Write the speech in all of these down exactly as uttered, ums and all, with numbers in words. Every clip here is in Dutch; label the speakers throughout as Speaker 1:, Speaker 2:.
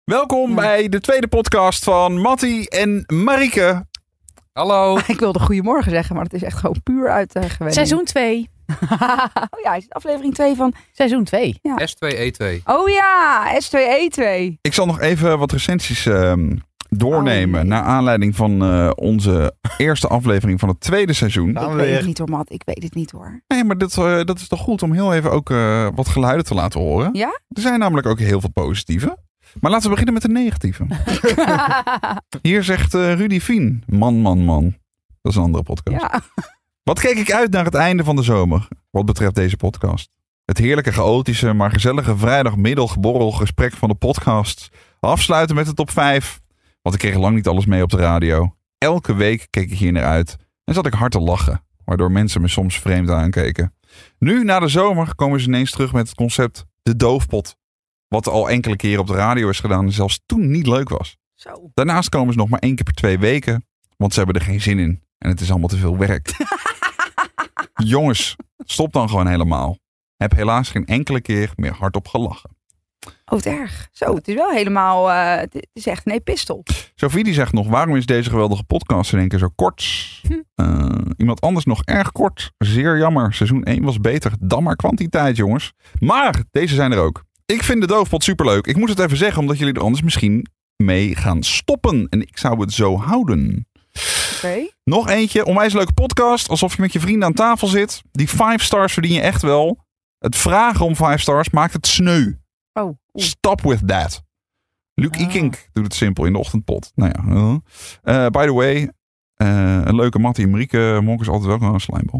Speaker 1: Welkom ja. bij de tweede podcast van Mattie en Marieke.
Speaker 2: Hallo.
Speaker 3: Ik wilde goedemorgen zeggen, maar het is echt gewoon puur uit uh, gewenning.
Speaker 4: Seizoen twee.
Speaker 3: Oh ja, is het aflevering twee van...
Speaker 4: Seizoen twee.
Speaker 3: Ja.
Speaker 2: S twee E twee.
Speaker 3: Oh ja, S twee E twee.
Speaker 1: Ik zal nog even wat recensies uh, doornemen. Oh, nee. Naar aanleiding van uh, onze eerste aflevering van het tweede seizoen.
Speaker 3: Ik weet weer. het niet hoor, Matt. Ik weet het niet hoor.
Speaker 1: Nee, maar dit, uh, dat is toch goed om heel even ook uh, wat geluiden te laten horen.
Speaker 3: Ja?
Speaker 1: Er zijn namelijk ook heel veel positieve. Maar laten we beginnen met de negatieve. Hier zegt uh, Rudy Vien. Man, man, man. Dat is een andere podcast.
Speaker 3: Ja.
Speaker 1: Wat keek ik uit naar het einde van de zomer, wat betreft deze podcast. Het heerlijke, chaotische, maar gezellige vrijdagmiddagborrelgesprek van de podcast. Afsluiten met de top vijf. Want ik kreeg lang niet alles mee op de radio. Elke week keek ik hier naar uit. En zat ik hard te lachen. Waardoor mensen me soms vreemd aankeken. Nu, na de zomer, komen ze ineens terug met het concept de doofpot. Wat al enkele keren op de radio is gedaan en zelfs toen niet leuk was.
Speaker 3: Zo.
Speaker 1: Daarnaast komen ze nog maar één keer per twee weken. Want ze hebben er geen zin in. En het is allemaal te veel werk. Jongens, stop dan gewoon helemaal. Heb helaas geen enkele keer meer hardop gelachen.
Speaker 3: Oh, wat erg. Zo, het is wel helemaal... Uh, het is echt een epistel.
Speaker 1: Sophie die zegt nog, waarom is deze geweldige podcast in één keer zo kort? Uh, iemand anders nog erg kort. Zeer jammer. Seizoen één was beter dan maar kwantiteit, jongens. Maar deze zijn er ook. Ik vind de doofpot superleuk. Ik moest het even zeggen, omdat jullie er anders misschien mee gaan stoppen. En ik zou het zo houden.
Speaker 3: Okay.
Speaker 1: Nog eentje, onwijs leuke podcast. Alsof je met je vrienden aan tafel zit. Die five stars verdien je echt wel. Het vragen om five stars maakt het sneu.
Speaker 3: Oh.
Speaker 1: Stop with that. Luc oh. Ikink doet het simpel in de ochtendpot. Nou ja. Uh, by the way. Uh, een leuke Mattie en Marieke. Monk is altijd welkom aan een slijmbal.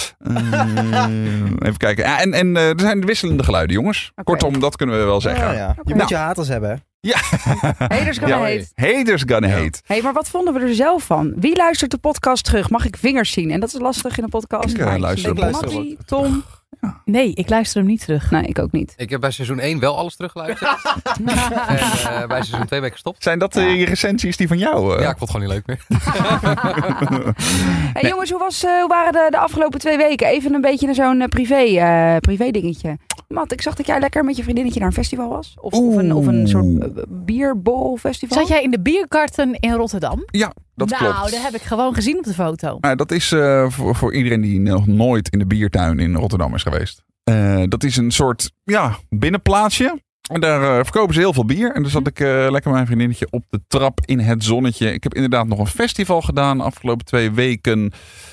Speaker 1: Uh, even kijken. Ja, en en uh, er zijn wisselende geluiden, jongens. Okay. Kortom, dat kunnen we wel zeggen.
Speaker 5: Ja, ja. Je okay. moet nou. je haters hebben, hè?
Speaker 1: Ja.
Speaker 3: Haters gonna ja, hate.
Speaker 1: Haters gonna hate.
Speaker 3: Hey, maar wat vonden we er zelf van? Wie luistert de podcast terug? Mag ik vingers zien? En dat is lastig in een podcast.
Speaker 1: Ik uh, luister
Speaker 3: ik luister Mattie, Tom.
Speaker 4: Ja. Nee, ik luister hem niet terug.
Speaker 3: Nee, ik ook niet.
Speaker 2: Ik heb bij seizoen één wel alles teruggeluisterd. en uh, bij seizoen twee ben ik gestopt.
Speaker 1: Zijn dat uh, je recensies die van jou? Uh?
Speaker 2: Ja, ik vond het gewoon niet leuk meer.
Speaker 3: Hey, nee. Jongens, hoe, was, uh, hoe waren de, de afgelopen twee weken? Even een beetje zo'n uh, privé, uh, privé dingetje. Matt, ik zag dat jij lekker met je vriendinnetje naar een festival was. Of, of, een, of een soort uh, bierbolfestival.
Speaker 4: Zat jij in de bierkarten in Rotterdam?
Speaker 1: Ja, dat
Speaker 4: nou,
Speaker 1: klopt.
Speaker 4: Nou, dat heb ik gewoon gezien op de foto.
Speaker 1: Nou, dat is uh, voor, voor iedereen die nog nooit in de biertuin in Rotterdam is geweest. Uh, dat is een soort ja, binnenplaatsje. En daar uh, verkopen ze heel veel bier. En dan zat ik uh, lekker met mijn vriendinnetje op de trap in het zonnetje. Ik heb inderdaad nog een festival gedaan de afgelopen twee weken.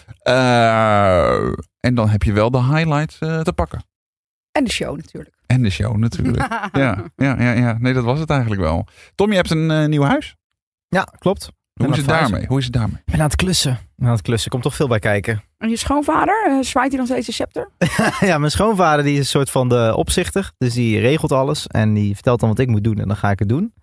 Speaker 1: Uh, en dan heb je wel de highlights uh, te pakken.
Speaker 3: En de show natuurlijk.
Speaker 1: En de show natuurlijk. ja, ja, ja, ja, nee, dat was het eigenlijk wel. Tom, je hebt een uh, nieuw huis?
Speaker 5: Ja, klopt.
Speaker 1: Hoe is, het daarmee? Hoe is het daarmee?
Speaker 5: Ik ben aan het klussen. Ik ben aan het klussen. Komt toch veel bij kijken.
Speaker 3: En je schoonvader? Uh, zwaait hij nog steeds de scepter?
Speaker 5: Ja, mijn schoonvader die is een soort van de opzichter. Dus die regelt alles. En die vertelt dan wat ik moet doen. En dan ga ik het doen.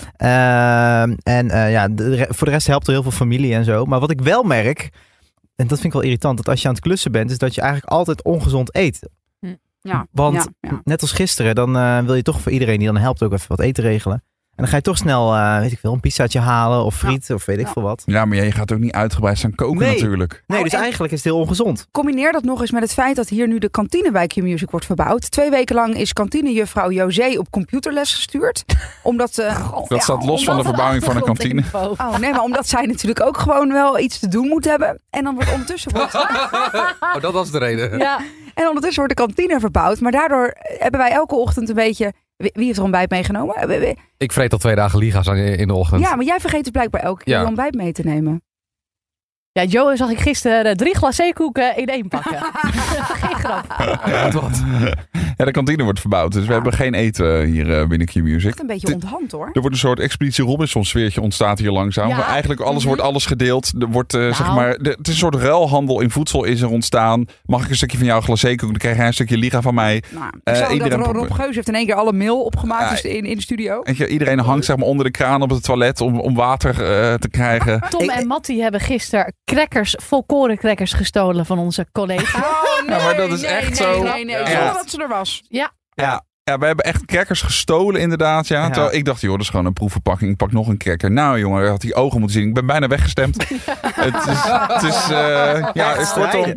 Speaker 5: Uh, en uh, ja, de, voor de rest helpt er heel veel familie en zo. Maar wat ik wel merk, en dat vind ik wel irritant, dat als je aan het klussen bent, is dat je eigenlijk altijd ongezond eet.
Speaker 3: Ja,
Speaker 5: Want
Speaker 3: ja, ja.
Speaker 5: net als gisteren, dan uh, wil je toch voor iedereen die dan helpt ook even wat eten regelen. En dan ga je toch snel, uh, weet ik veel, een pizzaatje halen of friet ja. of weet ik ja. veel wat.
Speaker 1: Ja, maar je gaat ook niet uitgebreid staan koken
Speaker 5: nee.
Speaker 1: natuurlijk.
Speaker 5: Nee, dus eigenlijk is het heel ongezond.
Speaker 3: Combineer dat nog eens met het feit dat hier nu de kantine bij Q-Music wordt verbouwd. Twee weken lang is kantinejuffrouw José op computerles gestuurd. Omdat, uh,
Speaker 1: dat ja, staat los van de verbouwing van een kantine.
Speaker 3: Oh nee, maar omdat zij natuurlijk ook gewoon wel iets te doen moet hebben. En dan wordt ondertussen... Wordt...
Speaker 2: oh, dat was de reden.
Speaker 3: Ja. En ondertussen wordt de kantine verbouwd. Maar daardoor hebben wij elke ochtend een beetje... Wie heeft er ontbijt meegenomen?
Speaker 2: Ik vreet al twee dagen liga's in de ochtend.
Speaker 3: Ja, maar jij vergeet dus blijkbaar elke keer
Speaker 2: ja.
Speaker 3: je ontbijt mee te nemen.
Speaker 4: Ja, Joe zag ik gisteren drie glacékoeken in één pakken. Geen grap.
Speaker 2: Ja, wat?
Speaker 1: Ja, de kantine wordt verbouwd. Dus ja. we hebben geen eten hier binnen Q-Music.
Speaker 3: Echt een beetje onthand hoor.
Speaker 1: Er wordt een soort Expeditie Robinson sfeertje ontstaat hier langzaam. Ja. Eigenlijk alles mm-hmm. wordt alles gedeeld. Er wordt, uh, nou. zeg maar, de, het is een soort ruilhandel in voedsel is er ontstaan. Mag ik een stukje van jouw glacékoek? Dan krijg jij een stukje liga van mij.
Speaker 3: Nou, uh, zo iedereen... dat Rob Geus heeft in één keer alle mail opgemaakt uh, dus in, in de studio.
Speaker 1: Je, iedereen hangt zeg maar onder de kraan op het toilet om, om water uh, te krijgen.
Speaker 4: Tom en Mattie hebben gisteren crackers, volkorencrackers gestolen van onze collega.
Speaker 3: Oh, nee,
Speaker 1: ja, maar dat is
Speaker 3: nee,
Speaker 1: echt
Speaker 3: nee,
Speaker 1: zo.
Speaker 3: Nee, nee, nee.
Speaker 1: Ja.
Speaker 3: Zonder dat ze er was.
Speaker 4: Ja.
Speaker 1: Ja. Ja, we hebben echt crackers gestolen inderdaad. Ja.
Speaker 5: Ja.
Speaker 1: Terwijl ik dacht, joh, dat is gewoon een proefverpakking. Ik pak nog een cracker. Nou jongen, had die ogen moeten zien. Ik ben bijna weggestemd. het is, het is uh, ja, kortom.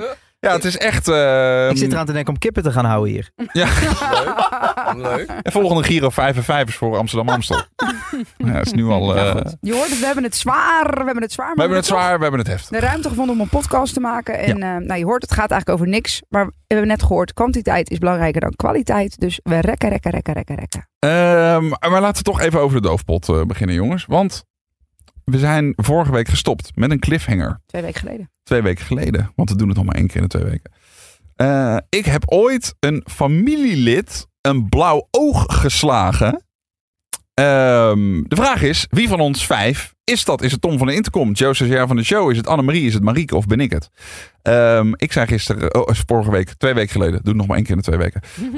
Speaker 1: Ja, het is echt... Uh,
Speaker 5: ik zit eraan te denken om kippen te gaan houden hier.
Speaker 1: Ja.
Speaker 2: Leuk. Leuk.
Speaker 1: En volgende Giro vijf en vijf is voor Amsterdam-Amstel. Ja, het is nu al... Uh...
Speaker 3: Ja, je hoort het, we hebben het zwaar. We hebben het zwaar.
Speaker 1: We hebben het zwaar, we hebben het heftig.
Speaker 3: De ruimte gevonden om een podcast te maken. En ja. uh, nou, je hoort, het gaat eigenlijk over niks. Maar we hebben net gehoord, kwantiteit is belangrijker dan kwaliteit. Dus we rekken, rekken, rekken, rekken, rekken.
Speaker 1: Um, maar laten we toch even over de doofpot uh, beginnen, jongens. Want we zijn vorige week gestopt met een cliffhanger.
Speaker 3: Twee weken geleden.
Speaker 1: Twee weken geleden. Want we doen het nog maar één keer in de twee weken. Uh, ik heb ooit een familielid een blauw oog geslagen. Um, de vraag is, wie van ons vijf is dat? Is het Tom van de Intercom? Joe Stagiair van de show? Is het Annemarie? Is het Marieke? Of ben ik het? Um, ik zei gisteren, oh, vorige week, twee weken geleden. Doe het nog maar één keer in de twee weken.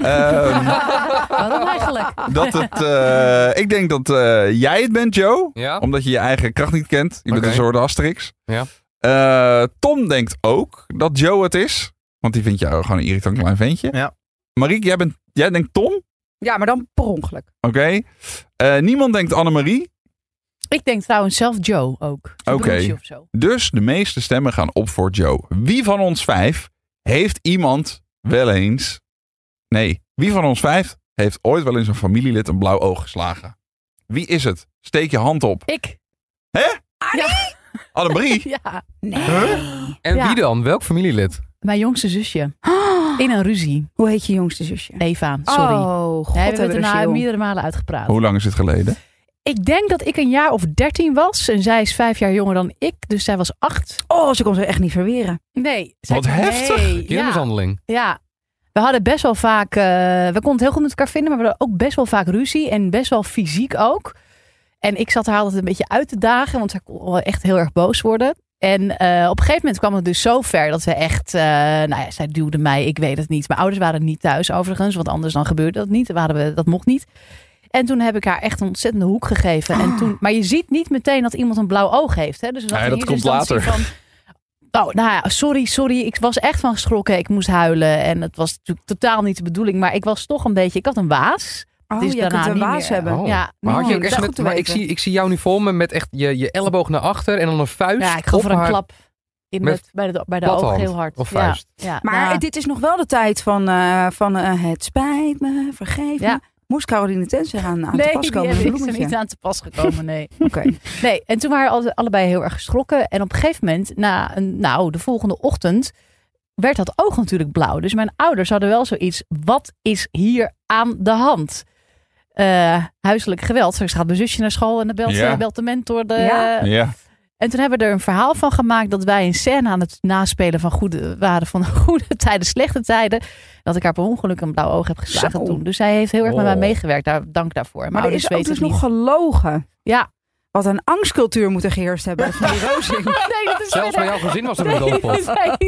Speaker 1: Um,
Speaker 4: Waarom eigenlijk?
Speaker 1: Dat het, uh, ik denk dat uh, jij het bent, Joe.
Speaker 2: Ja?
Speaker 1: Omdat je je eigen kracht niet kent. Je
Speaker 2: Okay.
Speaker 1: bent een soort Asterix.
Speaker 2: Ja.
Speaker 1: Uh, Tom denkt ook dat Joe het is. Want die vindt jou gewoon een irritant klein ventje.
Speaker 5: Ja.
Speaker 1: Marieke, jij, bent, jij denkt Tom?
Speaker 3: Ja, maar dan per ongeluk.
Speaker 1: Oké. Okay. Uh, niemand denkt Annemarie.
Speaker 4: Ik denk trouwens zelf Joe ook.
Speaker 1: Oké. Okay. Dus de meeste stemmen gaan op voor Joe. Wie van ons vijf heeft iemand wel eens... Nee, wie van ons vijf heeft ooit wel eens een familielid een blauw oog geslagen? Wie is het? Steek je hand op.
Speaker 4: Ik.
Speaker 1: Hè?
Speaker 4: Ja.
Speaker 1: Annemarie?
Speaker 4: Ja.
Speaker 3: Nee.
Speaker 1: Huh?
Speaker 2: En
Speaker 4: Ja.
Speaker 2: wie dan? Welk familielid?
Speaker 4: Mijn jongste zusje. In een ruzie.
Speaker 3: Hoe heet je jongste zusje?
Speaker 4: Eva, sorry.
Speaker 3: Oh, god.
Speaker 4: We hebben het
Speaker 3: hebben
Speaker 4: er
Speaker 3: we
Speaker 4: na
Speaker 3: ziel.
Speaker 4: meerdere malen uitgepraat.
Speaker 1: Hoe lang is het geleden?
Speaker 4: Ik denk dat ik een jaar of dertien was. En zij is vijf jaar jonger dan ik. Dus zij was acht.
Speaker 3: Oh, ze kon zich echt niet verweren.
Speaker 4: Nee. Zij,
Speaker 1: Wat heftig.
Speaker 4: Nee, ja,
Speaker 2: Kindermishandeling.
Speaker 4: ja. We hadden best wel vaak... Uh, we konden het heel goed met elkaar vinden. Maar we hadden ook best wel vaak ruzie. En best wel fysiek ook. En ik zat haar altijd een beetje uit te dagen. Want zij kon wel echt heel erg boos worden. En uh, op een gegeven moment kwam het dus zo ver dat we echt... Uh, nou ja, zij duwde mij, ik weet het niet. Mijn ouders waren niet thuis overigens. Want anders dan gebeurde dat niet. Waren we, dat mocht niet. En toen heb ik haar echt een ontzettende hoek gegeven. En toen, maar je ziet niet meteen dat iemand een blauw oog heeft. Hè? Dus dan
Speaker 1: Ja, dat komt later.
Speaker 4: Van, oh, nou ja, sorry, sorry. Ik was echt van geschrokken. Ik moest huilen. En het was natuurlijk totaal niet de bedoeling. Maar ik was toch een beetje... Ik had een waas.
Speaker 3: Oh,
Speaker 4: Dus
Speaker 3: je
Speaker 4: daarna
Speaker 3: kunt een
Speaker 4: niet
Speaker 3: waas
Speaker 4: meer.
Speaker 3: hebben.
Speaker 2: Oh.
Speaker 4: Ja,
Speaker 2: Maar, had je
Speaker 3: Oh,
Speaker 2: ook
Speaker 3: dat
Speaker 2: echt
Speaker 3: is
Speaker 2: met,
Speaker 3: goed te
Speaker 2: maar ik,
Speaker 3: weten.
Speaker 2: zie, ik zie jou nu voor me met echt je, je elleboog naar achter en dan een vuist.
Speaker 4: ja, ik gaf
Speaker 2: op
Speaker 4: er een
Speaker 2: haar
Speaker 4: klap in
Speaker 2: met
Speaker 4: het, bij de, bij de
Speaker 2: platte
Speaker 4: oog
Speaker 2: hand
Speaker 4: heel hard.
Speaker 2: of
Speaker 4: Ja,
Speaker 2: vuist.
Speaker 4: ja,
Speaker 3: Maar
Speaker 4: nou,
Speaker 3: dit is nog wel de tijd van, uh, van uh, het spijt me, vergeef
Speaker 4: Ja.
Speaker 3: me. Moest Caroline Tensen aan, aan
Speaker 4: nee,
Speaker 3: te pas komen?
Speaker 4: die
Speaker 3: met een
Speaker 4: is er
Speaker 3: bloemetje?
Speaker 4: niet aan te pas gekomen, nee.
Speaker 3: Oké.
Speaker 4: Nee, en toen waren we allebei heel erg geschrokken. En op een gegeven moment, na een, nou, de volgende ochtend, werd dat oog natuurlijk blauw. Dus mijn ouders hadden wel zoiets, wat is hier aan de hand? Uh, huiselijk geweld. Straks gaat mijn zusje naar school en dan belt,
Speaker 1: Ja.
Speaker 4: belt de mentor. De,
Speaker 3: Ja.
Speaker 1: Ja.
Speaker 4: En toen hebben we er een verhaal van gemaakt dat wij een scène aan het naspelen van goede, waren van goede tijden, slechte tijden. Dat ik haar per ongeluk een blauw oog heb geslagen
Speaker 3: Zo.
Speaker 4: toen. Dus zij heeft heel erg
Speaker 1: Oh.
Speaker 4: met mij meegewerkt. Daar, dank daarvoor. Mijn
Speaker 3: Maar er
Speaker 4: ouders
Speaker 3: is ook
Speaker 4: weten
Speaker 3: dus
Speaker 4: het
Speaker 3: nog
Speaker 4: niet.
Speaker 3: gelogen.
Speaker 4: Ja.
Speaker 3: Wat een angstcultuur moet er geheerst hebben van die Rozing.
Speaker 4: Nee, dat is
Speaker 2: Zelfs bij jouw gezin was er een
Speaker 4: Nee,
Speaker 2: doofpot.
Speaker 4: nee.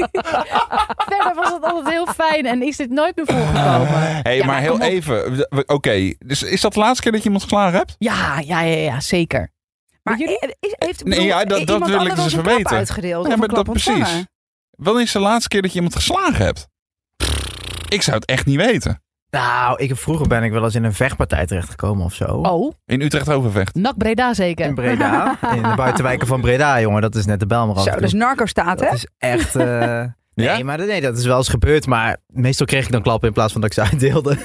Speaker 4: Verder was het altijd heel fijn en is dit nooit meer voorgekomen.
Speaker 1: Hey,
Speaker 4: Ja,
Speaker 1: maar
Speaker 4: maar
Speaker 1: heel
Speaker 4: kom op.
Speaker 1: even. Oké, okay. Dus is dat de laatste keer dat je iemand geslagen hebt?
Speaker 4: Ja, ja, ja, ja, zeker.
Speaker 3: Maar
Speaker 4: jullie?
Speaker 3: eh, is, heeft
Speaker 1: Nee,
Speaker 3: bedoel,
Speaker 1: ja, dat- dat
Speaker 3: iemand
Speaker 1: wil ik
Speaker 3: anders
Speaker 1: dus
Speaker 3: een
Speaker 1: even
Speaker 3: klap
Speaker 1: weten.
Speaker 3: uitgedeeld
Speaker 1: Ja,
Speaker 3: of
Speaker 1: maar
Speaker 3: een klap
Speaker 1: dat precies.
Speaker 3: ontvangen?
Speaker 1: Wanneer is de laatste keer dat je iemand geslagen hebt? Ik zou het echt niet weten.
Speaker 5: Nou, ik, vroeger ben ik wel eens in een vechtpartij terechtgekomen of zo.
Speaker 4: Oh,
Speaker 1: In Utrecht Overvecht.
Speaker 4: N A C Breda zeker.
Speaker 5: In Breda. In de buitenwijken van Breda, jongen. Dat is net de Bijlmer.
Speaker 3: Zo, dus narco-staat, hè?
Speaker 5: Dat is echt... eh,
Speaker 1: Ja?
Speaker 5: Nee, maar nee, dat is wel eens gebeurd. Maar meestal kreeg ik dan klappen in plaats van dat ik ze uitdeelde.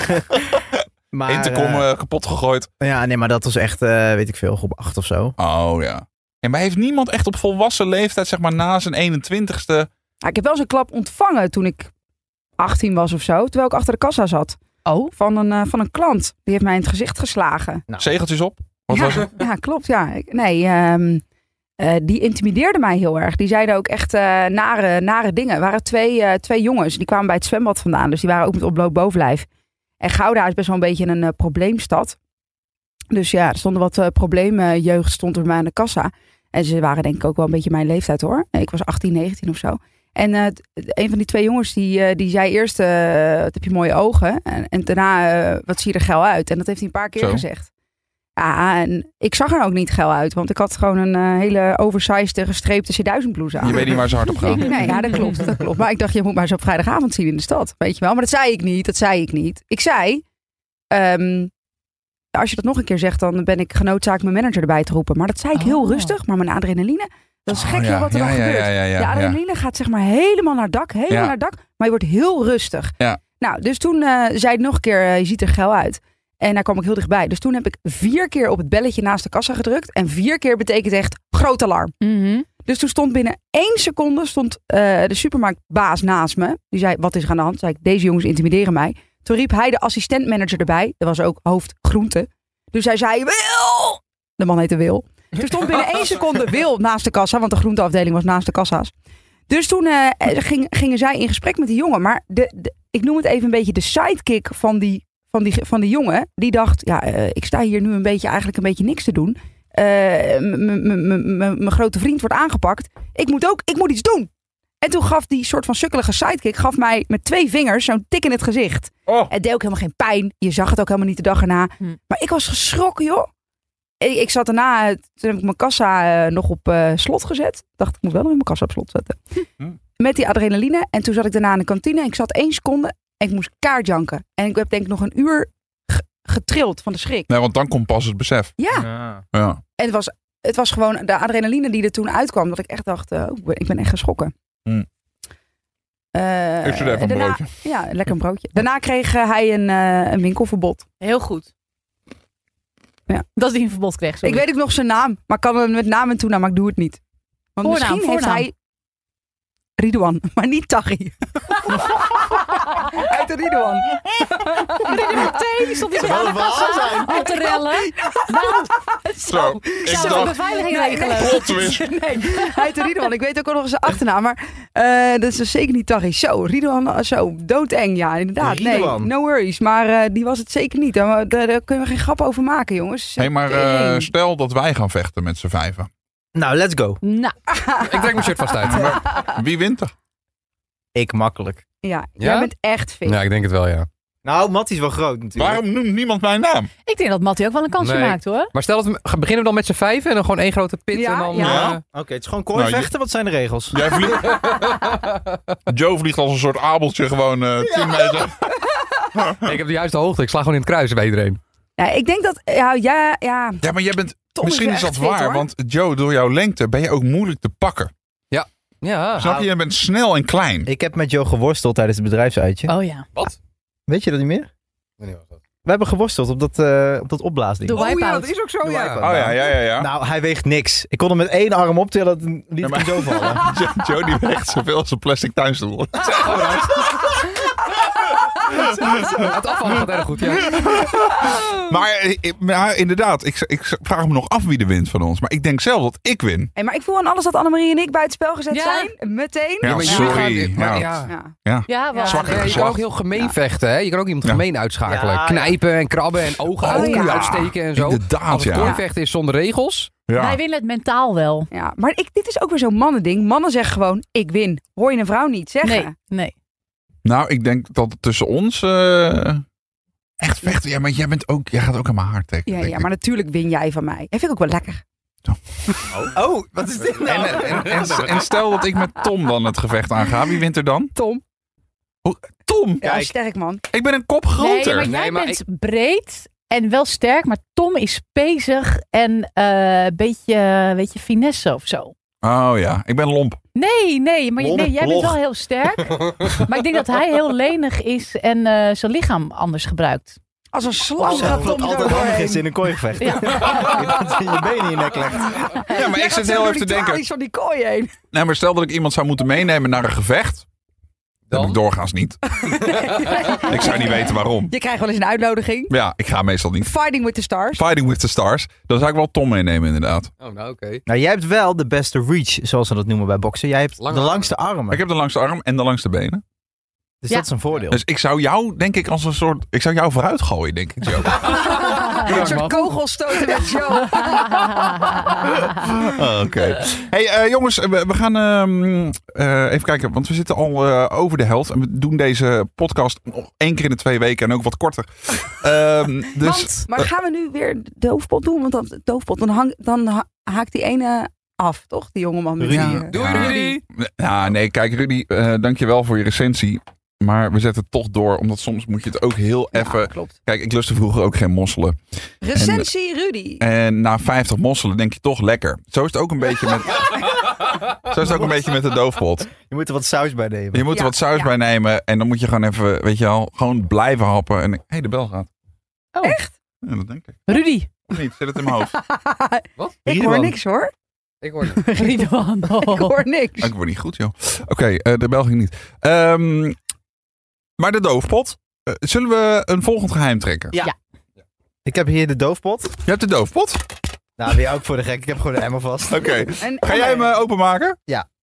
Speaker 5: maar,
Speaker 1: Intercom
Speaker 5: eh,
Speaker 1: uh, kapot gegooid.
Speaker 5: ja, nee, maar dat was echt, uh, weet ik veel, groep acht of zo.
Speaker 1: Oh ja. En maar heeft niemand echt op volwassen leeftijd, zeg maar na zijn eenentwintigste...
Speaker 3: Ja, ik heb wel eens een klap ontvangen toen ik achttien was of zo. Terwijl ik achter de kassa zat.
Speaker 4: Oh,
Speaker 3: Van een, uh, van een klant. Die heeft mij in het gezicht geslagen.
Speaker 5: Nou.
Speaker 1: Zegeltjes op? Wat
Speaker 3: ja,
Speaker 1: was het?
Speaker 3: ja, klopt. Ja. Ik- Nee, ehm, eh, die intimideerde mij heel erg. Die zeiden ook echt uh, nare, nare dingen. Er waren twee, uh, twee jongens. Die kwamen bij het zwembad vandaan. Dus die waren ook met ontbloot bovenlijf. En Gouda is best wel een beetje een uh, probleemstad. Dus ja, er stonden wat uh, problemen. Jeugd stond er bij mij aan de kassa. En ze waren denk ik ook wel een beetje mijn leeftijd hoor. Ik was achttien, negentien of zo. En uh, een van die twee jongens die, uh, die zei eerst, uh, wat heb je mooie ogen. En, en daarna, uh, wat zie je er geil uit. En dat heeft hij een paar keer
Speaker 1: Zo.
Speaker 3: gezegd. Ja, en ik zag er ook niet geil uit. Want ik had gewoon een uh, hele oversized gestreepte C duizend blouse aan.
Speaker 1: Je weet niet waar ze hard op gaan.
Speaker 3: Nee, ja, dat klopt, dat klopt. Maar ik dacht, je moet maar eens op vrijdagavond zien in de stad. Weet je wel. Maar dat zei ik niet, dat zei ik niet. Ik zei, um, als je dat nog een keer zegt, dan ben ik genoodzaakt mijn manager erbij te roepen. Maar dat zei ik heel
Speaker 4: Oh.
Speaker 3: rustig. Maar mijn adrenaline Dat is
Speaker 1: Oh,
Speaker 3: gek
Speaker 1: ja.
Speaker 3: joh, wat er
Speaker 1: ja,
Speaker 3: dan
Speaker 1: ja,
Speaker 3: gebeurt.
Speaker 1: ja, ja, ja,
Speaker 3: de
Speaker 1: ja.
Speaker 3: adrenaline gaat zeg maar helemaal naar het dak. Helemaal
Speaker 1: Ja.
Speaker 3: naar het dak. Maar je wordt heel rustig.
Speaker 1: Ja.
Speaker 3: Nou, dus toen uh, zei het nog een keer, uh, je ziet er geil uit. En daar kwam ik heel dichtbij. Dus toen heb ik vier keer op het belletje naast de kassa gedrukt. En vier keer betekent echt groot alarm.
Speaker 4: Mhm.
Speaker 3: Dus toen stond binnen één seconde stond, uh, de supermarktbaas naast me. Die zei, wat is er aan de hand? Zei ik, deze jongens intimideren mij. Toen riep hij de assistentmanager erbij. Dat was ook hoofd groente. Dus hij zei, Wil! De man heette Wil. Er stond binnen één seconde Wil naast de kassa. Want de groenteafdeling was naast de kassa's. Dus toen uh, ging, gingen zij in gesprek met die jongen. Maar de, de, ik noem het even een beetje de sidekick van die, van die, van die jongen. Die dacht, ja, uh, ik sta hier nu een beetje, eigenlijk een beetje niks te doen. Mijn grote vriend wordt aangepakt. Ik moet ook, ik moet iets doen. En toen gaf die soort van sukkelige sidekick gaf mij met twee vingers zo'n tik in het gezicht.
Speaker 1: Oh.
Speaker 3: Het deed ook helemaal geen pijn. Je zag het ook helemaal niet de dag erna.
Speaker 4: Hm.
Speaker 3: Maar ik was geschrokken, joh. Ik, ik zat daarna, toen heb ik mijn kassa uh, nog op uh, slot gezet. Dacht, ik moet wel nog mijn kassa op slot zetten.
Speaker 1: Hm.
Speaker 3: Met die adrenaline. En toen zat ik daarna in de kantine. En ik zat één seconde en ik moest kaartjanken. En ik heb denk ik nog een uur g- getrild van de schrik.
Speaker 1: Nee, want dan komt pas het besef.
Speaker 3: Ja.
Speaker 5: Ja.
Speaker 1: Ja.
Speaker 3: En het was, het was gewoon de adrenaline die er toen uitkwam. Dat ik echt dacht, uh, oh, ik, ben, ik ben echt geschrokken.
Speaker 1: Hm.
Speaker 3: Uh,
Speaker 1: Ik zit even een
Speaker 3: daarna-
Speaker 1: broodje.
Speaker 3: Ja, lekker een broodje. Daarna kreeg uh, hij een, uh, een winkelverbod.
Speaker 4: Heel goed.
Speaker 3: Ja.
Speaker 4: Dat hij een verbod kreeg. Sorry.
Speaker 3: Ik weet ook nog zijn naam. Maar ik kan hem met naam en toenaam, maar ik doe het niet. Want
Speaker 4: Voornaam,
Speaker 3: misschien
Speaker 4: voornaam.
Speaker 3: heeft hij Ridwan, maar niet Taghi. Hij heet Ridwan.
Speaker 4: Meteen, die stond hier
Speaker 5: Zou
Speaker 4: bij
Speaker 5: wel
Speaker 4: de
Speaker 5: een verhaal
Speaker 4: kassa
Speaker 5: zijn.
Speaker 4: al te rellen. Nou,
Speaker 1: Zo, ik
Speaker 4: zou de
Speaker 1: dacht,
Speaker 4: beveiliging
Speaker 3: Nee,
Speaker 4: regelen.
Speaker 3: nee.
Speaker 1: plot twist.
Speaker 3: Nee, hij heet Ridwan. Ik weet ook nog zijn achternaam, maar uh, dat is dus zeker niet Taghi. Zo, Ridwan, zo, doodeng, ja, inderdaad.
Speaker 5: Ridwan.
Speaker 3: Nee, no worries. Maar uh, die was het zeker niet. Daar, daar, daar kunnen we geen grap over maken, jongens.
Speaker 1: Hé, maar uh,
Speaker 3: Tering.
Speaker 1: stel dat wij gaan vechten met z'n vijven.
Speaker 5: Nou, let's go.
Speaker 4: Nou,
Speaker 2: Ik trek mijn shirt vast uit.
Speaker 1: Wie wint er?
Speaker 5: Ik makkelijk.
Speaker 3: Ja,
Speaker 2: Ja?
Speaker 3: jij bent echt fit.
Speaker 2: Ja, ik denk het wel, ja.
Speaker 5: Nou, Mattie is wel groot natuurlijk.
Speaker 1: Waarom noemt niemand mijn naam?
Speaker 4: ik denk dat Mattie ook wel een kansje
Speaker 2: Nee.
Speaker 4: maakt hoor.
Speaker 2: Maar stel dat we beginnen we dan met z'n vijven en dan gewoon één grote pit
Speaker 3: Ja,
Speaker 2: en dan...
Speaker 3: ja.
Speaker 2: eh,
Speaker 5: Oké, het is gewoon kooivechten.
Speaker 1: Nou,
Speaker 5: Wat zijn de regels?
Speaker 1: Jij vliegt... Joe vliegt als een soort abeltje gewoon uh, tien meter.
Speaker 2: ik heb de juiste hoogte. Ik sla gewoon in het kruis bij iedereen.
Speaker 3: Ja, ik denk dat, ja, ja, ja.
Speaker 1: Ja, maar jij bent...
Speaker 3: Tom
Speaker 1: misschien
Speaker 3: is
Speaker 1: is
Speaker 3: echt
Speaker 1: dat
Speaker 3: fit,
Speaker 1: waar,
Speaker 3: hoor.
Speaker 1: want Joe, door jouw lengte ben je ook moeilijk te pakken.
Speaker 2: Ja.
Speaker 1: Snap je? Je bent snel en klein.
Speaker 5: Ik heb met Joe geworsteld tijdens het bedrijfsuitje.
Speaker 4: Oh ja.
Speaker 2: Wat?
Speaker 5: Weet je dat niet meer?
Speaker 2: Wanneer was dat?
Speaker 5: We hebben geworsteld op dat, uh, op dat opblaasding.
Speaker 4: Doe- Wipeout.
Speaker 2: is ook zo,
Speaker 5: De
Speaker 2: ja.
Speaker 5: wipeout.
Speaker 1: Oh ja, ja, ja. ja.
Speaker 5: Nou, hij weegt niks. Ik kon hem met één arm optillen, dan liet
Speaker 1: Ja,
Speaker 5: ik
Speaker 1: maar-
Speaker 5: hem zo vallen.
Speaker 1: Joe, Joe die weegt zoveel als een plastic tuinstoel.
Speaker 2: Het afval gaat erg goed, ja.
Speaker 1: Maar, eh, maar inderdaad, ik, ik vraag me nog af wie er wint van ons. Maar ik denk zelf dat ik win.
Speaker 3: Hey, maar ik voel aan alles dat Annemarie en ik bij het spel gezet
Speaker 4: Ja.
Speaker 3: zijn. Meteen.
Speaker 1: Ja,
Speaker 2: maar
Speaker 1: sorry.
Speaker 2: jullie gaan- maar
Speaker 1: Ja.
Speaker 2: ja.
Speaker 3: Ja.
Speaker 4: Ja, wel.
Speaker 1: Zwakker
Speaker 2: Ja, je kan
Speaker 1: geslacht.
Speaker 2: ook heel gemeen vechten, hè? Je kan ook iemand
Speaker 1: Ja.
Speaker 2: gemeen uitschakelen.
Speaker 5: Ja, ja.
Speaker 2: Knijpen en krabben en ogen
Speaker 1: Oh,
Speaker 2: uit, koeien
Speaker 3: ja.
Speaker 2: uitsteken en zo.
Speaker 1: Inderdaad,
Speaker 2: Als het
Speaker 1: ja.
Speaker 2: kooivechten is zonder regels.
Speaker 1: Ja.
Speaker 4: Wij winnen het mentaal wel.
Speaker 3: Ja, maar ik, dit is ook weer zo'n mannending. Mannen zeggen gewoon, ik win. Hoor je een vrouw niet zeggen?
Speaker 4: Nee, nee.
Speaker 1: Nou, ik denk dat het tussen ons eh, echt vechten. Ja, maar jij, bent ook, jij gaat ook aan mijn hart trekken.
Speaker 3: Ja,
Speaker 1: denk
Speaker 3: ja,
Speaker 1: ik.
Speaker 3: maar natuurlijk win jij van mij. Dat vind ik ook wel lekker.
Speaker 5: Oh, wat is dit nou?
Speaker 1: En, en, en, en stel dat ik met Tom dan het gevecht aanga. Wie wint er dan?
Speaker 3: Tom.
Speaker 1: Tom!
Speaker 3: Ja,
Speaker 5: Kijk.
Speaker 3: sterk man.
Speaker 1: Ik ben een kop
Speaker 4: Nee,
Speaker 1: groter.
Speaker 4: maar jij
Speaker 2: Nee, maar
Speaker 4: bent breed en wel sterk, maar Tom is pezig en eh, een beetje, beetje finesse of zo.
Speaker 1: Oh ja, ik ben lomp.
Speaker 4: Nee, nee, maar je-
Speaker 5: Lomp,
Speaker 4: nee, jij bent
Speaker 5: log.
Speaker 4: wel heel sterk. Maar ik denk dat hij heel lenig is en eh, zijn lichaam anders gebruikt.
Speaker 3: Als een slang
Speaker 5: Zo,
Speaker 3: gaat
Speaker 5: wat
Speaker 3: Tom zo
Speaker 5: altijd handig is
Speaker 3: doorheen.
Speaker 5: in een kooigevecht.
Speaker 4: Ja.
Speaker 5: Dat je je benen in je nek legt.
Speaker 1: Ja, maar
Speaker 3: Jij
Speaker 1: ik
Speaker 3: gaat
Speaker 1: zit
Speaker 3: zo
Speaker 1: heel
Speaker 3: door
Speaker 1: even te
Speaker 3: die
Speaker 1: denken.
Speaker 3: tralies van die kooi heen.
Speaker 1: Nee, maar stel dat ik iemand zou moeten meenemen naar een gevecht. Dat heb ik doorgaans niet. Ik zou niet weten waarom.
Speaker 3: Je krijgt wel eens een uitnodiging.
Speaker 1: Ja, ik ga meestal niet.
Speaker 3: Fighting with the Stars.
Speaker 1: Fighting with the Stars. Dan zou ik wel Tom meenemen inderdaad.
Speaker 2: Oh, nou oké.
Speaker 5: Nou, jij hebt wel de beste reach, zoals ze dat noemen bij boksen. Jij hebt
Speaker 2: Lange
Speaker 5: de
Speaker 2: armen.
Speaker 5: langste armen.
Speaker 1: Ik heb de langste arm en de langste benen.
Speaker 5: Dus
Speaker 4: Ja.
Speaker 5: dat is een voordeel.
Speaker 1: Dus ik zou jou, denk ik, als een soort... Ik zou jou vooruit gooien, denk ik, Joe.
Speaker 3: Een soort kogelstoten met Joe.
Speaker 1: Oh, Oké. Hey eh, jongens, we, we gaan ehm, eh, even kijken. Want we zitten al eh, over de helft. En we doen deze podcast nog één keer in de twee weken. En ook wat korter. Ehm, dus,
Speaker 3: Want, maar gaan we nu weer de hoofdpot doen? Want dan, de hoofdpot, dan, hang, dan ha- haakt die ene af, toch? Die jongeman met
Speaker 5: Rudy.
Speaker 3: die... eh,
Speaker 2: Doei,
Speaker 1: Ja.
Speaker 2: Rudy!
Speaker 1: ja, nee, kijk Rudy, eh dankjewel voor je recensie. Maar we zetten het toch door. Omdat soms moet je het ook heel
Speaker 3: ja,
Speaker 1: even...
Speaker 3: klopt.
Speaker 1: Kijk, ik lustte vroeger ook geen mosselen.
Speaker 3: Recensie Rudy.
Speaker 1: En na vijftig mosselen denk je toch lekker. Zo is het ook een beetje met... Zo is het ook een beetje met de doofpot.
Speaker 5: Je moet er wat saus bij nemen.
Speaker 1: Je moet er
Speaker 3: Ja,
Speaker 1: wat saus
Speaker 3: ja.
Speaker 1: bij nemen. En dan moet je gewoon even, weet je wel, gewoon blijven happen. En hé, hey, de bel gaat.
Speaker 4: Oh.
Speaker 3: Echt?
Speaker 1: Ja, dat denk ik.
Speaker 4: Rudy.
Speaker 1: Of niet? Zit het in mijn hoofd?
Speaker 3: Ik hoor
Speaker 5: Ridwan.
Speaker 3: niks hoor.
Speaker 2: Ik hoor het.
Speaker 4: Ridwan.
Speaker 3: Ik hoor niks.
Speaker 1: Ik word niet goed, joh. Oké, okay, uh, de bel ging niet. Um, maar de doofpot. Uh, zullen we een volgend geheim trekken?
Speaker 5: Ja.
Speaker 4: Ja.
Speaker 5: Ik heb hier de doofpot.
Speaker 1: Je hebt de doofpot?
Speaker 5: Nou, weer ook voor de gek. Ik heb gewoon de emmer vast.
Speaker 1: Oké. Okay.
Speaker 3: En-
Speaker 1: Ga jij hem uh, openmaken?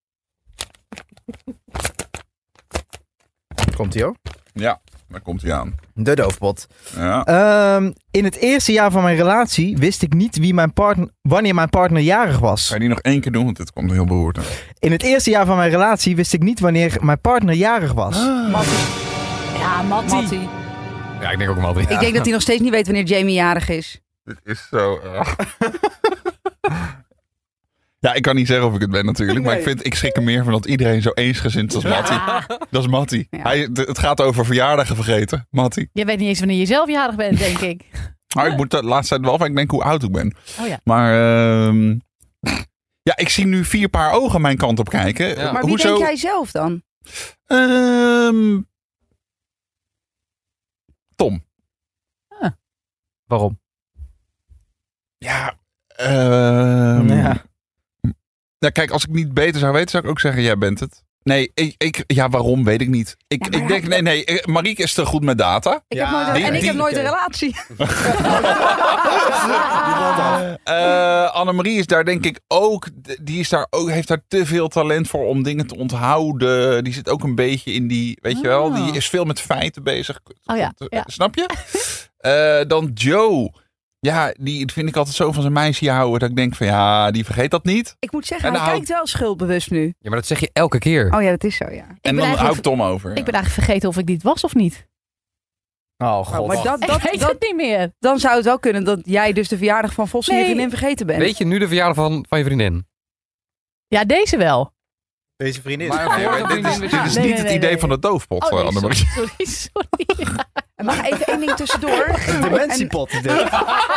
Speaker 5: Komt ie hoor.
Speaker 1: Ja, daar komt hij aan.
Speaker 5: De doofpot.
Speaker 1: Ja.
Speaker 5: Um, in het eerste jaar van mijn relatie wist ik niet wie mijn partner, wanneer mijn partner jarig was.
Speaker 1: Ga je die nog één keer doen, want dit komt heel beroerd aan.
Speaker 5: In het eerste jaar van mijn relatie wist ik niet wanneer mijn partner jarig was.
Speaker 4: Ja, Mattie.
Speaker 3: Mattie.
Speaker 2: Ja, ik denk ook wel. Ja.
Speaker 3: Ik denk dat hij nog steeds niet weet wanneer Jamie jarig is.
Speaker 1: Dit is zo erg. Ja, ik kan niet zeggen of ik het ben natuurlijk. Maar
Speaker 3: Nee.
Speaker 1: ik, vind, ik schrik er meer van dat iedereen zo eensgezind is als Mattie.
Speaker 4: Ja.
Speaker 1: Dat is Mattie.
Speaker 3: Ja.
Speaker 1: Hij, d- het gaat over verjaardagen vergeten. Mattie.
Speaker 4: Je weet niet eens wanneer je zelf jarig bent, denk ik.
Speaker 1: Maar ik moet de laatste tijd wel van, ik denk hoe oud ik ben.
Speaker 4: Oh ja.
Speaker 1: Maar ehm, ja, ik zie nu vier paar ogen mijn kant op kijken.
Speaker 2: Ja.
Speaker 3: Maar wie
Speaker 1: Hoezo?
Speaker 3: denk jij zelf dan?
Speaker 1: Ehm, Tom.
Speaker 5: Waarom?
Speaker 1: Ja. ehm,
Speaker 5: Ja.
Speaker 1: Ja, kijk, als ik niet beter zou weten, zou ik ook zeggen, jij bent het. Nee, ik, ik, ja, waarom weet ik niet. Ik,
Speaker 3: Ja, maar
Speaker 1: ik denk, nee, nee, eh, Marieke is te goed met data.
Speaker 3: Ik
Speaker 5: Ja,
Speaker 3: heb nooit een,
Speaker 1: die-
Speaker 3: en ik
Speaker 1: die-
Speaker 3: heb nooit een
Speaker 5: oké.
Speaker 3: relatie.
Speaker 1: Uh, Annemarie is daar denk ik ook, die is daar ook, heeft daar te veel talent voor om dingen te onthouden. Die zit ook een beetje in die, weet je wel,
Speaker 4: Oh.
Speaker 1: die is veel met feiten bezig.
Speaker 4: Oh ja,
Speaker 1: Uh,
Speaker 4: ja.
Speaker 1: Snap je? Uh, dan Joe. Ja, die vind ik altijd zo van zijn meisje houden dat ik denk van ja, die vergeet dat niet.
Speaker 3: Ik moet zeggen,
Speaker 1: En
Speaker 3: hij
Speaker 1: dan
Speaker 3: kijkt wel schuldbewust nu.
Speaker 2: Ja, maar dat zeg je elke keer.
Speaker 3: Oh ja, dat is zo, ja.
Speaker 4: Ik
Speaker 1: En
Speaker 4: ben,
Speaker 1: dan
Speaker 4: eigenlijk,
Speaker 1: houdt Tom over.
Speaker 4: ik ben eigenlijk vergeten of ik dit was of niet.
Speaker 5: Oh god.
Speaker 3: maar dat,
Speaker 4: Ik
Speaker 3: dat,
Speaker 4: weet
Speaker 3: dat,
Speaker 4: het niet meer.
Speaker 3: dan zou het wel kunnen dat jij dus de verjaardag van Vos en je
Speaker 4: Nee.
Speaker 3: vriendin vergeten bent.
Speaker 2: Weet je nu de verjaardag van, van je vriendin?
Speaker 4: Ja, deze wel.
Speaker 5: Deze vriendin.
Speaker 2: Maar-
Speaker 1: Nee, maar dit is, dit is
Speaker 4: Nee,
Speaker 1: niet
Speaker 4: nee,
Speaker 1: het
Speaker 4: nee,
Speaker 1: idee
Speaker 4: nee.
Speaker 1: van de doofpot,
Speaker 4: Oh,
Speaker 1: uh,
Speaker 4: nee,
Speaker 1: Annemarie.
Speaker 4: sorry, sorry, sorry.
Speaker 3: En mag even één ding tussendoor?
Speaker 5: Dementiepot is dit.
Speaker 3: En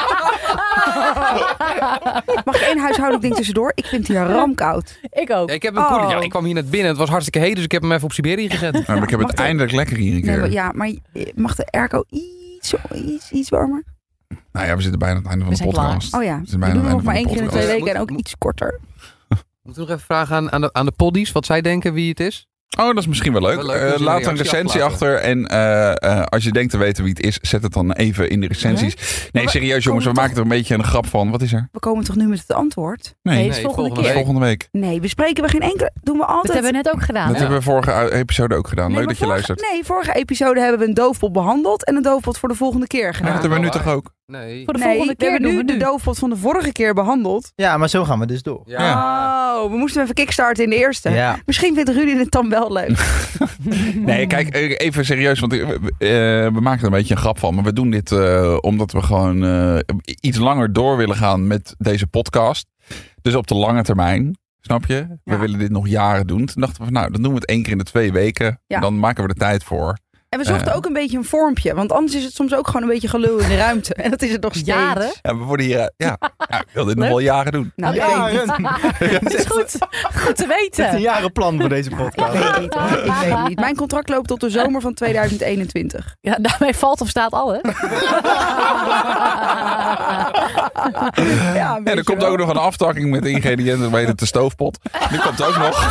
Speaker 3: mag ik één huishoudelijk ding tussendoor? Ik vind die ramkoud.
Speaker 4: Ik ook.
Speaker 2: Ja, ik heb een
Speaker 3: Oh.
Speaker 2: koeler. Ja, ik kwam hier net binnen. Het was hartstikke heet, dus ik heb hem even op Siberië gezet.
Speaker 1: Ja, maar ik heb
Speaker 3: Mag
Speaker 1: het
Speaker 3: dat-
Speaker 1: eindelijk lekker hier een
Speaker 3: Nee,
Speaker 1: keer.
Speaker 3: maar, ja, maar mag de airco iets, iets, iets warmer?
Speaker 1: Nou ja, we zitten bijna aan het einde van
Speaker 4: We
Speaker 1: de
Speaker 4: zijn klaar.
Speaker 1: podcast.
Speaker 3: Oh ja,
Speaker 1: We
Speaker 3: we
Speaker 1: zijn bijna
Speaker 3: doen
Speaker 1: aan
Speaker 3: er
Speaker 1: het
Speaker 3: nog maar
Speaker 1: einde
Speaker 3: één
Speaker 1: van
Speaker 3: keer in
Speaker 1: de
Speaker 3: de twee
Speaker 1: podcast.
Speaker 3: weken en ook
Speaker 2: Moet-
Speaker 3: iets korter.
Speaker 2: Moeten we nog even vragen aan, aan, de, aan de poddies wat zij denken wie het is?
Speaker 1: Oh, dat is misschien wel leuk.
Speaker 2: Wel leuk,
Speaker 1: Uh,
Speaker 2: dus een
Speaker 1: laat een
Speaker 2: reactie
Speaker 1: recensie
Speaker 2: achterlaten.
Speaker 1: achter. En uh, uh, als je denkt te weten wie het is, zet het dan even in de recensies. Nee,
Speaker 3: Maar we
Speaker 1: serieus jongens, we
Speaker 3: komen
Speaker 1: maken er een beetje een grap van. Wat is er?
Speaker 3: We komen toch nu met het antwoord?
Speaker 1: Nee,
Speaker 4: Nee,
Speaker 1: dat
Speaker 4: het is
Speaker 2: Nee,
Speaker 4: volgende
Speaker 2: volgende
Speaker 4: keer.
Speaker 1: is volgende week.
Speaker 3: Nee, bespreken we geen enkele... Doen we altijd...
Speaker 4: Dat hebben we net ook gedaan.
Speaker 1: Dat
Speaker 4: hè?
Speaker 1: hebben we vorige episode ook gedaan.
Speaker 3: Nee,
Speaker 1: Leuk
Speaker 3: maar
Speaker 1: dat je
Speaker 3: vorige-
Speaker 1: luistert.
Speaker 3: Nee, vorige episode hebben we een doofpot behandeld en een doofpot voor de volgende keer
Speaker 1: Ja,
Speaker 3: gedaan.
Speaker 1: dat hebben we nu
Speaker 2: wel
Speaker 1: toch ook?
Speaker 2: Nee.
Speaker 4: Voor de
Speaker 3: nee,
Speaker 4: volgende
Speaker 3: we
Speaker 4: keer
Speaker 3: hebben
Speaker 4: doen
Speaker 3: nu
Speaker 4: we
Speaker 3: de
Speaker 4: nu.
Speaker 3: doofpot van de vorige keer behandeld.
Speaker 5: Ja, maar zo gaan we dus door.
Speaker 2: Ja.
Speaker 3: Oh, we moesten even kickstarten in de eerste.
Speaker 5: Ja.
Speaker 3: Misschien vindt Rudy het dan wel leuk.
Speaker 1: Nee, kijk, eh, even serieus. Want eh, we, eh, we maken er een beetje een grap van. Maar we doen dit uh, omdat we gewoon uh, iets langer door willen gaan met deze podcast. Dus op de lange termijn. Snap je? We
Speaker 3: Ja.
Speaker 1: willen dit nog jaren doen. Toen dachten we van, nou, dan doen we het één keer in de twee weken.
Speaker 3: Ja.
Speaker 1: Dan maken we er tijd voor.
Speaker 3: En we zochten
Speaker 1: Eh.
Speaker 3: ook een beetje een vormpje. Want anders is het soms ook gewoon een beetje gelul in de ruimte. En dat is het nog steeds.
Speaker 4: Jaren?
Speaker 1: Ja, we worden hier... uh, ja, ja, ik wil dit nog wel jaren doen.
Speaker 3: Nou, ik weet niet.
Speaker 4: Dat is goed. Goed te
Speaker 5: Het is een
Speaker 4: weten.
Speaker 5: jarenplan voor deze
Speaker 3: Ik
Speaker 5: podcast.
Speaker 3: weet het niet hoor. Ik weet het niet. Mijn contract loopt tot de zomer van tweeduizend eenentwintig.
Speaker 4: Ja, daarmee valt of staat alles.
Speaker 3: Ja,
Speaker 1: En er komt ook nog een aftakking met ingrediënten. Weet het, de stoofpot. Die komt ook nog.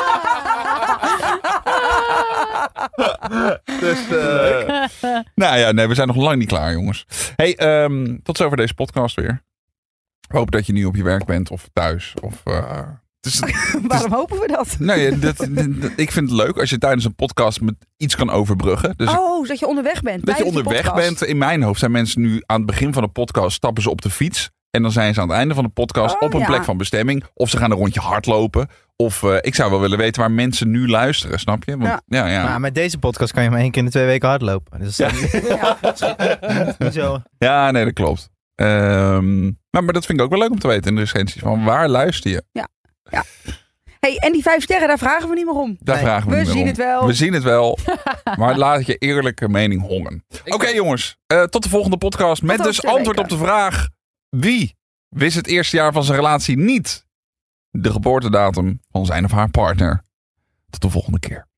Speaker 1: Dus, uh, nou ja, nee, we zijn nog lang niet klaar, jongens. Hey, um, tot zover deze podcast weer. Ik hoop dat je nu op je werk bent of thuis. Of, uh, het is,
Speaker 3: Waarom hopen we dat?
Speaker 1: nee, dat, dat- ik vind het leuk als je tijdens een podcast met iets kan overbruggen. Dus
Speaker 3: Oh, dat je onderweg bent.
Speaker 1: dat je
Speaker 3: tijdens de
Speaker 1: onderweg
Speaker 3: podcast.
Speaker 1: bent. In mijn hoofd zijn mensen nu aan het begin van de podcast stappen ze op de fiets. En dan zijn ze aan het einde van de podcast
Speaker 3: Oh,
Speaker 1: op een
Speaker 3: ja.
Speaker 1: plek van bestemming. Of ze gaan een rondje hardlopen. Of uh, ik zou wel willen weten waar mensen nu luisteren, snap je? Want, ja. Ja, ja.
Speaker 5: Maar met deze podcast kan je maar één keer in de twee weken hardlopen. Dus dat is
Speaker 3: Ja.
Speaker 5: niet zo.
Speaker 1: ja, nee, dat klopt. Um, maar, maar dat vind ik ook wel leuk om te weten in de recensies. Van waar luister je?
Speaker 3: Hey, en die vijf sterren, daar vragen we niet meer om.
Speaker 1: Daar
Speaker 5: Nee,
Speaker 1: vragen we,
Speaker 3: we
Speaker 1: niet meer
Speaker 3: zien
Speaker 1: om.
Speaker 3: het wel.
Speaker 1: We zien het wel. Maar laat je eerlijke mening hongen.
Speaker 2: Ik
Speaker 1: Oké
Speaker 2: ben-
Speaker 1: jongens, uh, tot de volgende podcast. Met
Speaker 3: over
Speaker 1: dus
Speaker 3: twee
Speaker 1: antwoord
Speaker 3: weken.
Speaker 1: op de vraag. Wie wist het eerste jaar van zijn relatie niet de geboortedatum van zijn of haar partner. Tot de volgende keer.